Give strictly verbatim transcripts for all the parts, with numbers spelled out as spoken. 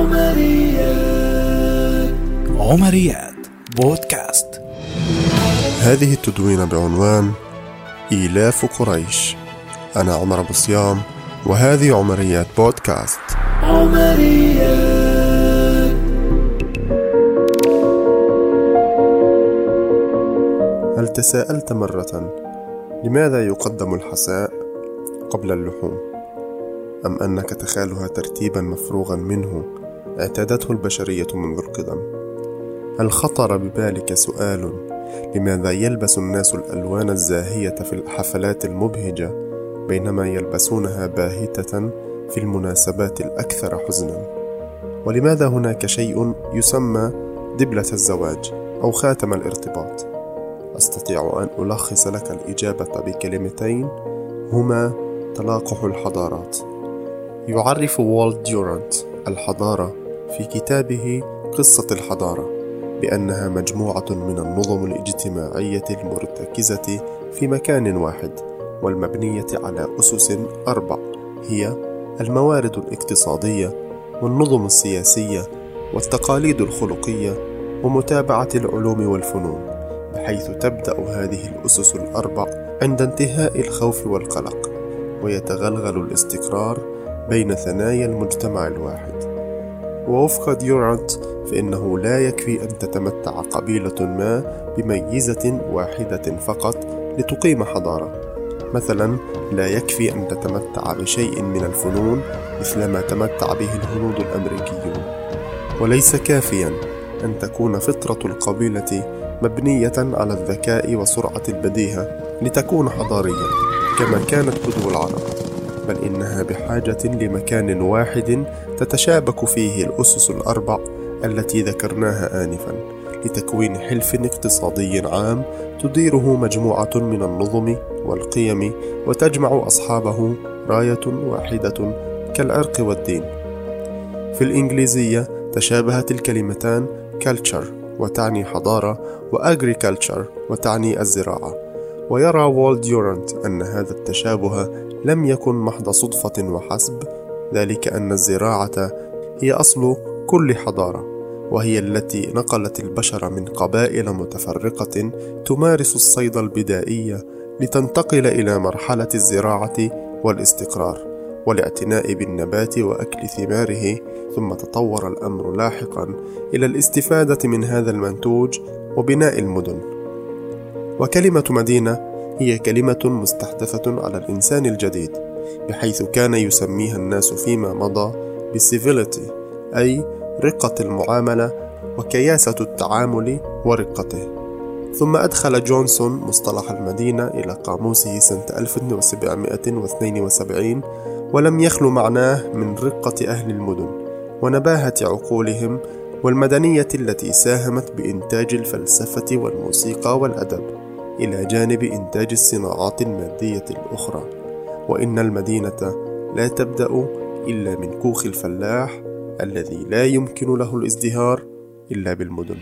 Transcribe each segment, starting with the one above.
عمريات عمريات بودكاست. هذه التدوينة بعنوان إيلاف قريش. أنا عمر أبو صيام، وهذه عمريات بودكاست. عمريات. هل تساءلت مرة لماذا يقدم الحساء قبل اللحوم؟ أم أنك تخالها ترتيبا مفروغا منه اعتادته البشرية منذ القدم؟ هل خطر ببالك سؤال لماذا يلبس الناس الألوان الزاهية في الحفلات المبهجة بينما يلبسونها باهتة في المناسبات الأكثر حزنا؟ ولماذا هناك شيء يسمى دبلة الزواج أو خاتم الارتباط؟ أستطيع أن ألخص لك الإجابة بكلمتين هما تلاقح الحضارات. يعرف والت ديورانت الحضارة في كتابه قصة الحضارة بأنها مجموعة من النظم الاجتماعية المرتكزة في مكان واحد والمبنية على أسس أربع، هي الموارد الاقتصادية والنظم السياسية والتقاليد الخلقية ومتابعة العلوم والفنون، بحيث تبدأ هذه الأسس الأربع عند انتهاء الخوف والقلق، ويتغلغل الاستقرار بين ثنايا المجتمع الواحد. ووفق ديورانت فإنه لا يكفي أن تتمتع قبيلة ما بميزة واحدة فقط لتقيم حضارة. مثلا لا يكفي أن تتمتع بشيء من الفنون مثلما تمتع به الهنود الأمريكيون، وليس كافيا أن تكون فطرة القبيلة مبنية على الذكاء وسرعة البديهة لتكون حضارية كما كانت بدو العرب، بل إنها بحاجة لمكان واحد تتشابك فيه الأسس الأربع التي ذكرناها آنفا لتكوين حلف اقتصادي عام تديره مجموعة من النظم والقيم وتجمع أصحابه راية واحدة كالعرق والدين. في الإنجليزية تشابهت الكلمتان culture وتعني حضارة وagriculture وتعني الزراعة. ويرى والت ديورانت أن هذا التشابه لم يكن محض صدفة وحسب، ذلك أن الزراعة هي أصل كل حضارة، وهي التي نقلت البشر من قبائل متفرقة تمارس الصيد البدائي لتنتقل إلى مرحلة الزراعة والاستقرار والاعتناء بالنبات وأكل ثماره، ثم تطور الأمر لاحقا إلى الاستفادة من هذا المنتوج وبناء المدن. وكلمة مدينة هي كلمة مستحدثة على الإنسان الجديد، بحيث كان يسميها الناس فيما مضى بcivility، أي رقة المعاملة وكياسة التعامل ورقته. ثم أدخل جونسون مصطلح المدينة إلى قاموسه سنة ألف وسبعمائة واثنين وسبعين، ولم يخل معناه من رقة أهل المدن ونباهة عقولهم والمدنية التي ساهمت بإنتاج الفلسفة والموسيقى والأدب إلى جانب إنتاج الصناعات المادية الأخرى. وإن المدينة لا تبدأ إلا من كوخ الفلاح الذي لا يمكن له الازدهار إلا بالمدن.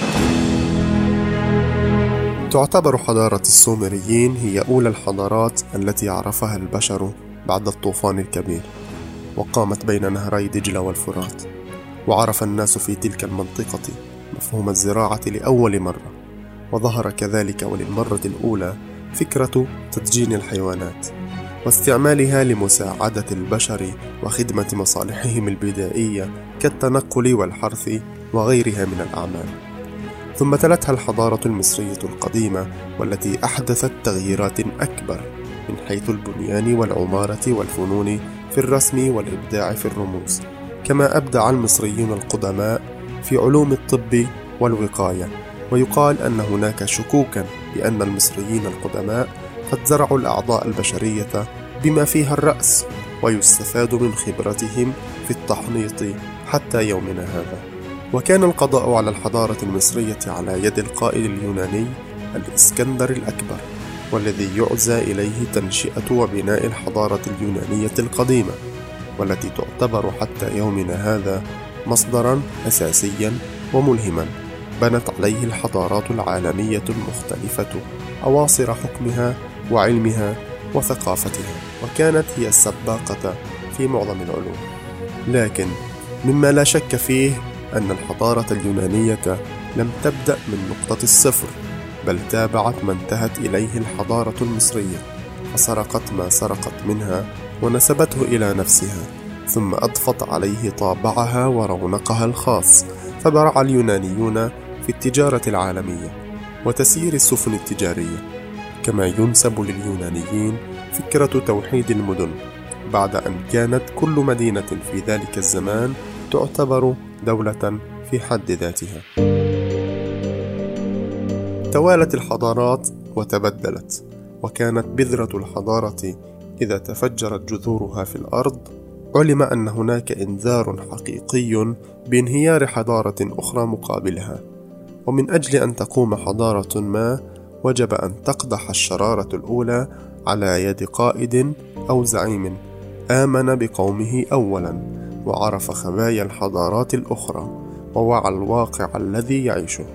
تعتبر حضارة السومريين هي أولى الحضارات التي عرفها البشر بعد الطوفان الكبير، وقامت بين نهري دجلة والفرات. وعرف الناس في تلك المنطقة مفهوم الزراعة لأول مرة، وظهر كذلك وللمرة الأولى فكرة تدجين الحيوانات واستعمالها لمساعدة البشر وخدمة مصالحهم البدائية كالتنقل والحرث وغيرها من الأعمال. ثم تلتها الحضارة المصرية القديمة، والتي أحدثت تغييرات أكبر من حيث البنيان والعمارة والفنون في الرسم والإبداع في الرموز. كما أبدع المصريون القدماء في علوم الطب والوقاية. ويقال أن هناك شكوكا بأن المصريين القدماء قد زرعوا الأعضاء البشرية بما فيها الرأس، ويستفاد من خبرتهم في التحنيط حتى يومنا هذا. وكان القضاء على الحضارة المصرية على يد القائد اليوناني الإسكندر الأكبر، والذي يعزى إليه تنشئة وبناء الحضارة اليونانية القديمة، والتي تعتبر حتى يومنا هذا مصدرا أساسيا وملهما بنت عليه الحضارات العالمية المختلفة أواصر حكمها وعلمها وثقافتها، وكانت هي السباقة في معظم العلوم. لكن مما لا شك فيه أن الحضارة اليونانية لم تبدأ من نقطة الصفر، بل تابعت ما انتهت إليه الحضارة المصرية، فسرقت ما سرقت منها ونسبته إلى نفسها، ثم أضفت عليه طابعها ورونقها الخاص. فبرع اليونانيون في التجارة العالمية وتسيير السفن التجارية، كما ينسب لليونانيين فكرة توحيد المدن، بعد أن كانت كل مدينة في ذلك الزمان تعتبر دولة في حد ذاتها. توالت الحضارات وتبدلت، وكانت بذرة الحضارة إذا تفجرت جذورها في الأرض علم أن هناك إنذار حقيقي بانهيار حضارة أخرى مقابلها. ومن أجل أن تقوم حضارة ما وجب أن تقدح الشرارة الأولى على يد قائد أو زعيم آمن بقومه أولا، وعرف خبايا الحضارات الأخرى، ووعى الواقع الذي يعيشه.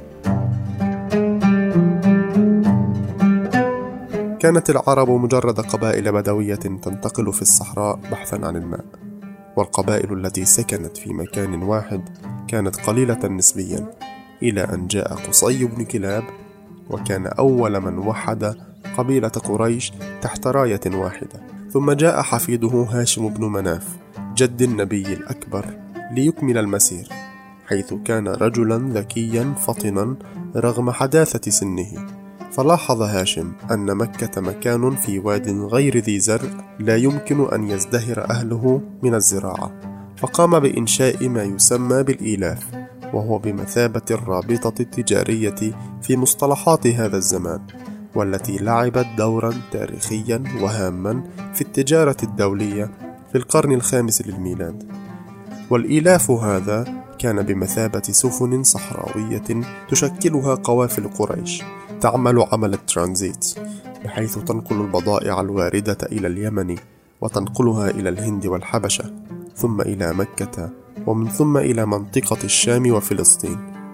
كانت العرب مجرد قبائل بدوية تنتقل في الصحراء بحثا عن الماء، والقبائل التي سكنت في مكان واحد كانت قليلة نسبيا، إلى أن جاء قصي بن كلاب، وكان أول من وحد قبيلة قريش تحت راية واحدة. ثم جاء حفيده هاشم بن مناف جد النبي الأكبر ليكمل المسير، حيث كان رجلا ذكيا فطنا رغم حداثة سنه. فلاحظ هاشم أن مكة مكان في واد غير ذي زرع لا يمكن أن يزدهر أهله من الزراعة، فقام بإنشاء ما يسمى بالإيلاف، وهو بمثابة الرابطة التجارية في مصطلحات هذا الزمان، والتي لعبت دورا تاريخيا وهاما في التجارة الدولية في القرن الخامس للميلاد. والإيلاف هذا كان بمثابة سفن صحراوية تشكلها قوافل قريش، تعمل عمل الترانزيت، بحيث تنقل البضائع الواردة إلى اليمن وتنقلها إلى الهند والحبشة، ثم إلى مكة، ومن ثم إلى منطقة الشام وفلسطين.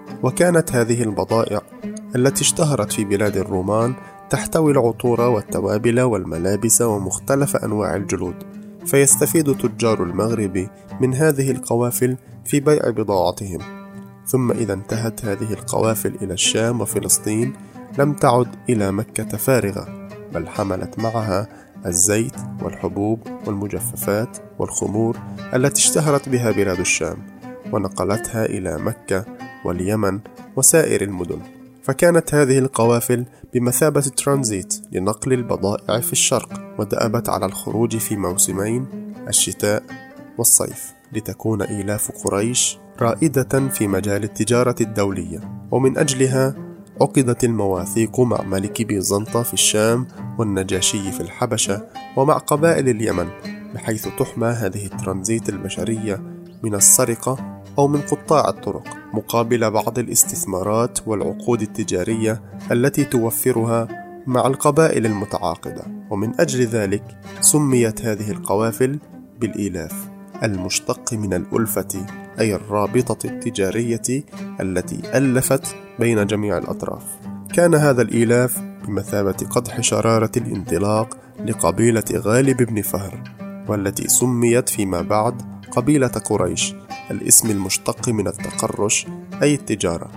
وكانت هذه البضائع التي اشتهرت في بلاد الرومان تحتوي العطور والتوابل والملابس ومختلف أنواع الجلود، فيستفيد تجار المغرب من هذه القوافل في بيع بضاعتهم. ثم إذا انتهت هذه القوافل إلى الشام وفلسطين لم تعد إلى مكة فارغة، بل حملت معها الزيت والحبوب والمجففات والخمور التي اشتهرت بها بلاد الشام، ونقلتها إلى مكة واليمن وسائر المدن. فكانت هذه القوافل بمثابة ترانزيت لنقل البضائع في الشرق، ودأبت على الخروج في موسمين الشتاء والصيف، لتكون إيلاف قريش رائدة في مجال التجارة الدولية. ومن أجلها عقدت المواثيق مع ملك بيزنطة في الشام والنجاشي في الحبشة ومع قبائل اليمن، بحيث تحمى هذه الترانزيت البشرية من السرقة أو من قطاع الطرق، مقابل بعض الاستثمارات والعقود التجارية التي توفرها مع القبائل المتعاقدة. ومن أجل ذلك سميت هذه القوافل بالإيلاف، المشتق من الألفة، أي الرابطة التجارية التي ألفت بين جميع الأطراف. كان هذا الإيلاف بمثابة قدح شرارة الانطلاق لقبيلة غالب بن فهر، والتي سميت فيما بعد قبيلة قريش، الاسم المشتق من التقرش أي التجارة،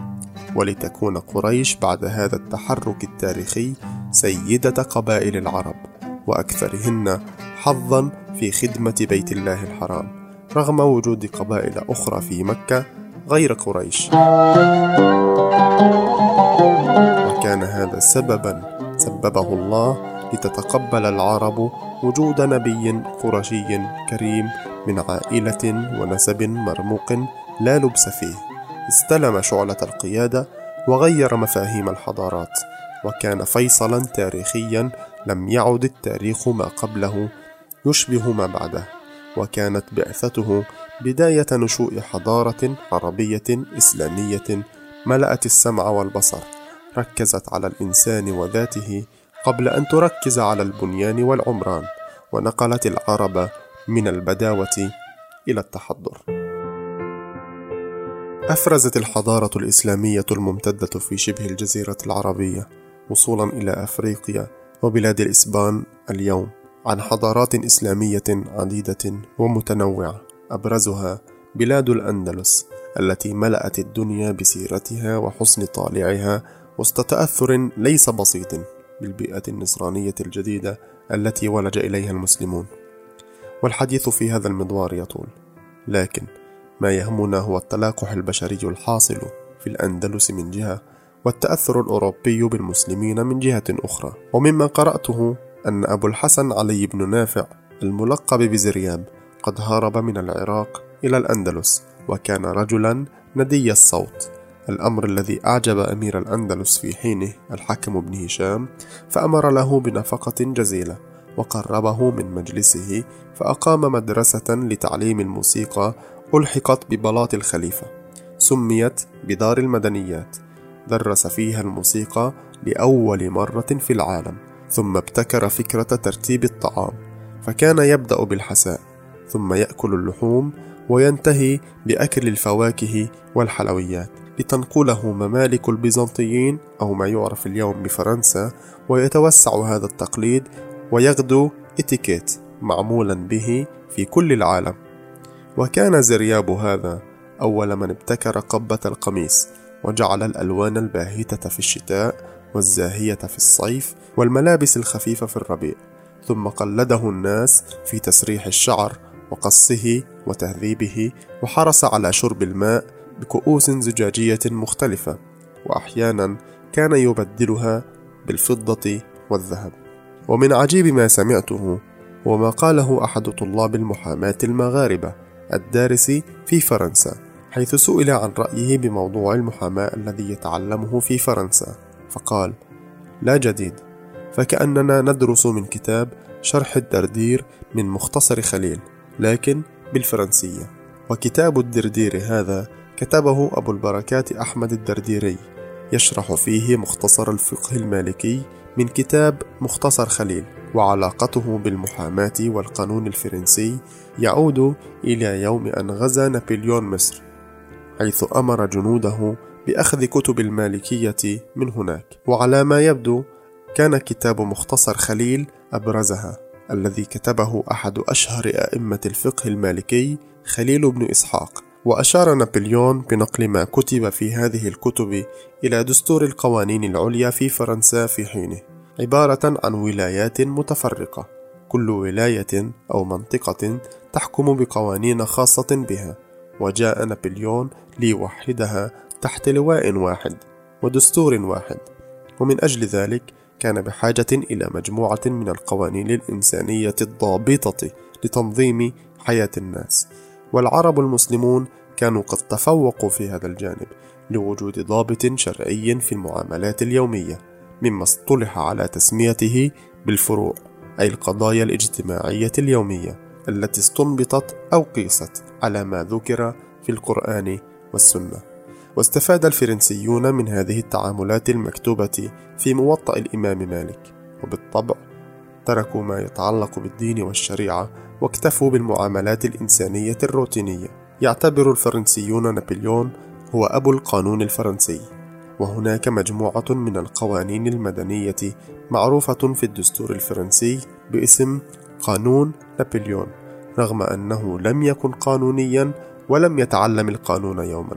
ولتكون قريش بعد هذا التحرك التاريخي سيدة قبائل العرب وأكثرهن حظا في خدمة بيت الله الحرام، رغم وجود قبائل أخرى في مكة غير قريش. وكان هذا سببا سببه الله لتتقبل العرب وجود نبي قرشي كريم من عائلة ونسب مرموق لا لبس فيه، استلم شعلة القيادة وغير مفاهيم الحضارات، وكان فيصلا تاريخيا لم يعد التاريخ ما قبله يشبه ما بعده. وكانت بعثته بداية نشوء حضارة عربية إسلامية ملأت السمع والبصر، ركزت على الإنسان وذاته قبل أن تركز على البنيان والعمران، ونقلت العرب من البداوة إلى التحضر. أفرزت الحضارة الإسلامية الممتدة في شبه الجزيرة العربية وصولا إلى أفريقيا وبلاد الإسبان اليوم عن حضارات إسلامية عديدة ومتنوعة، أبرزها بلاد الأندلس التي ملأت الدنيا بسيرتها وحسن طالعها وسط تأثر ليس بسيط بالبيئة النصرانية الجديدة التي ولج إليها المسلمون. والحديث في هذا المضمار يطول، لكن ما يهمنا هو التلاقح البشري الحاصل في الأندلس من جهة، والتأثر الأوروبي بالمسلمين من جهة أخرى. ومما قرأته أن أبو الحسن علي بن نافع الملقب بزرياب قد هرب من العراق إلى الأندلس، وكان رجلا ندي الصوت، الأمر الذي أعجب أمير الأندلس في حينه الحكم بن هشام، فأمر له بنفقة جزيلة وقربه من مجلسه، فأقام مدرسة لتعليم الموسيقى ألحقت ببلاط الخليفة، سميت بدار المدنيات، درس فيها الموسيقى لأول مرة في العالم. ثم ابتكر فكرة ترتيب الطعام، فكان يبدأ بالحساء ثم يأكل اللحوم وينتهي بأكل الفواكه والحلويات، لتنقله ممالك البيزنطيين أو ما يعرف اليوم بفرنسا، ويتوسع هذا التقليد ويغدو إتيكيت معمولا به في كل العالم. وكان زرياب هذا أول من ابتكر قبة القميص، وجعل الألوان الباهتة في الشتاء والزاهية في الصيف والملابس الخفيفة في الربيع، ثم قلده الناس في تسريح الشعر وقصه وتهذيبه، وحرص على شرب الماء بكؤوس زجاجية مختلفة، وأحيانا كان يبدلها بالفضة والذهب. ومن عجيب ما سمعته وما قاله أحد طلاب المحاماة المغاربة الدارس في فرنسا، حيث سئل عن رأيه بموضوع المحاماة الذي يتعلمه في فرنسا، فقال: لا جديد، فكأننا ندرس من كتاب شرح الدردير من مختصر خليل لكن بالفرنسية. وكتاب الدردير هذا كتبه أبو البركات أحمد الدرديري، يشرح فيه مختصر الفقه المالكي من كتاب مختصر خليل، وعلاقته بالمحاماة والقانون الفرنسي يعود إلى يوم أن غزا نابليون مصر، حيث أمر جنوده بأخذ كتب المالكية من هناك. وعلى ما يبدو كان كتاب مختصر خليل أبرزها، الذي كتبه أحد أشهر أئمة الفقه المالكي خليل بن إسحاق. وأشار نابليون بنقل ما كتب في هذه الكتب إلى دستور القوانين العليا في فرنسا في حينه، عبارة عن ولايات متفرقة، كل ولاية أو منطقة تحكم بقوانين خاصة بها، وجاء نابليون ليوحدها تحت لواء واحد ودستور واحد. ومن أجل ذلك كان بحاجة إلى مجموعة من القوانين الإنسانية الضابطة لتنظيم حياة الناس، والعرب المسلمون كانوا قد تفوقوا في هذا الجانب لوجود ضابط شرعي في المعاملات اليومية، مما اصطلح على تسميته بالفروع، أي القضايا الاجتماعية اليومية التي استنبطت أو قيست على ما ذكر في القرآن والسنة. واستفاد الفرنسيون من هذه التعاملات المكتوبة في موطأ الإمام مالك، وبالطبع تركوا ما يتعلق بالدين والشريعة واكتفوا بالمعاملات الإنسانية الروتينية. يعتبر الفرنسيون نابليون هو أبو القانون الفرنسي، وهناك مجموعة من القوانين المدنية معروفة في الدستور الفرنسي باسم قانون نابليون، رغم أنه لم يكن قانونيا ولم يتعلم القانون يوما.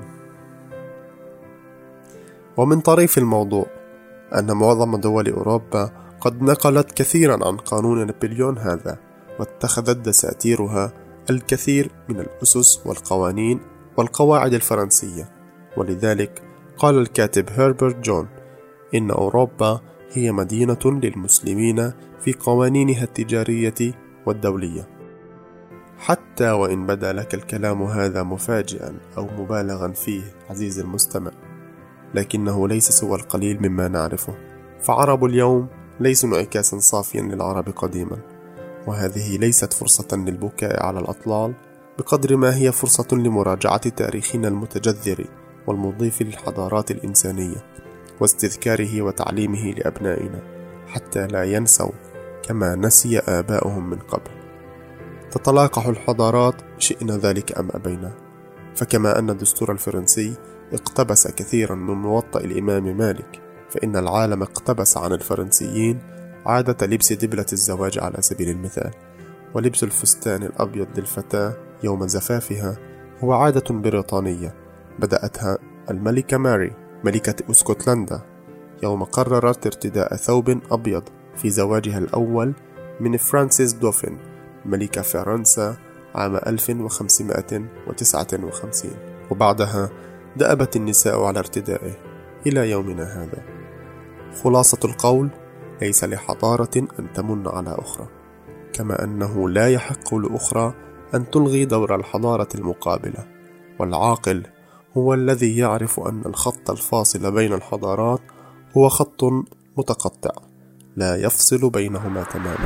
ومن طريف الموضوع أن معظم دول أوروبا قد نقلت كثيرا عن قانون نابليون هذا، واتخذت دساتيرها الكثير من الأسس والقوانين والقواعد الفرنسية. ولذلك قال الكاتب هربرت جون إن أوروبا هي مدينة للمسلمين في قوانينها التجارية والدولية. حتى وإن بدا لك الكلام هذا مفاجئا أو مبالغا فيه عزيزي المستمع، لكنه ليس سوى القليل مما نعرفه، فعرب اليوم ليسوا انعكاسا صافيا للعرب قديما، وهذه ليست فرصة للبكاء على الأطلال بقدر ما هي فرصة لمراجعة تاريخنا المتجذر والمضيف للحضارات الإنسانية، واستذكاره وتعليمه لأبنائنا حتى لا ينسوا كما نسي آباؤهم من قبل. تتلاقح الحضارات شئنا ذلك أم أبينا، فكما أن الدستور الفرنسي اقتبس كثيرا من موطأ الإمام مالك، فإن العالم اقتبس عن الفرنسيين عادة لبس دبلة الزواج على سبيل المثال، ولبس الفستان الأبيض للفتاة يوم زفافها هو عادة بريطانية بدأتها الملكة ماري ملكة اسكتلندا يوم قررت ارتداء ثوب أبيض في زواجها الأول من فرانسيس دوفين ملكة فرنسا عام ألف وخمسمائة وتسعة وخمسين، وبعدها دأبت النساء على ارتدائه إلى يومنا هذا. خلاصة القول: ليس لحضارة أن تمن على أخرى، كما أنه لا يحق لأخرى أن تلغي دور الحضارة المقابلة. والعاقل هو الذي يعرف أن الخط الفاصل بين الحضارات هو خط متقطع لا يفصل بينهما تماما.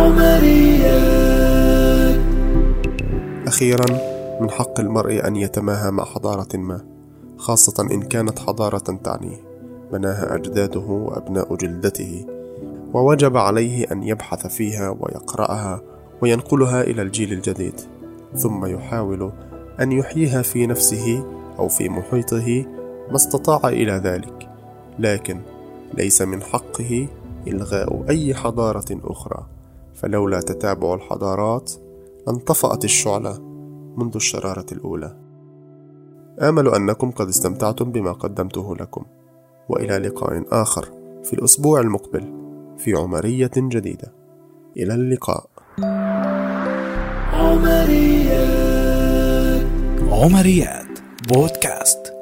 أخيرا، من حق المرء أن يتماهى مع حضارة ما، خاصة إن كانت حضارة تعنيه بناها أجداده وأبناء جلدته، ووجب عليه أن يبحث فيها ويقرأها وينقلها إلى الجيل الجديد، ثم يحاول أن يحييها في نفسه أو في محيطه ما استطاع إلى ذلك. لكن ليس من حقه إلغاء أي حضارة أخرى، فلولا تتابع الحضارات لانطفأت الشعلة منذ الشرارة الأولى. آمل أنكم قد استمتعتم بما قدمته لكم، وإلى لقاء آخر في الأسبوع المقبل في عمرية جديدة. إلى اللقاء. عمريات عمريات بودكاست.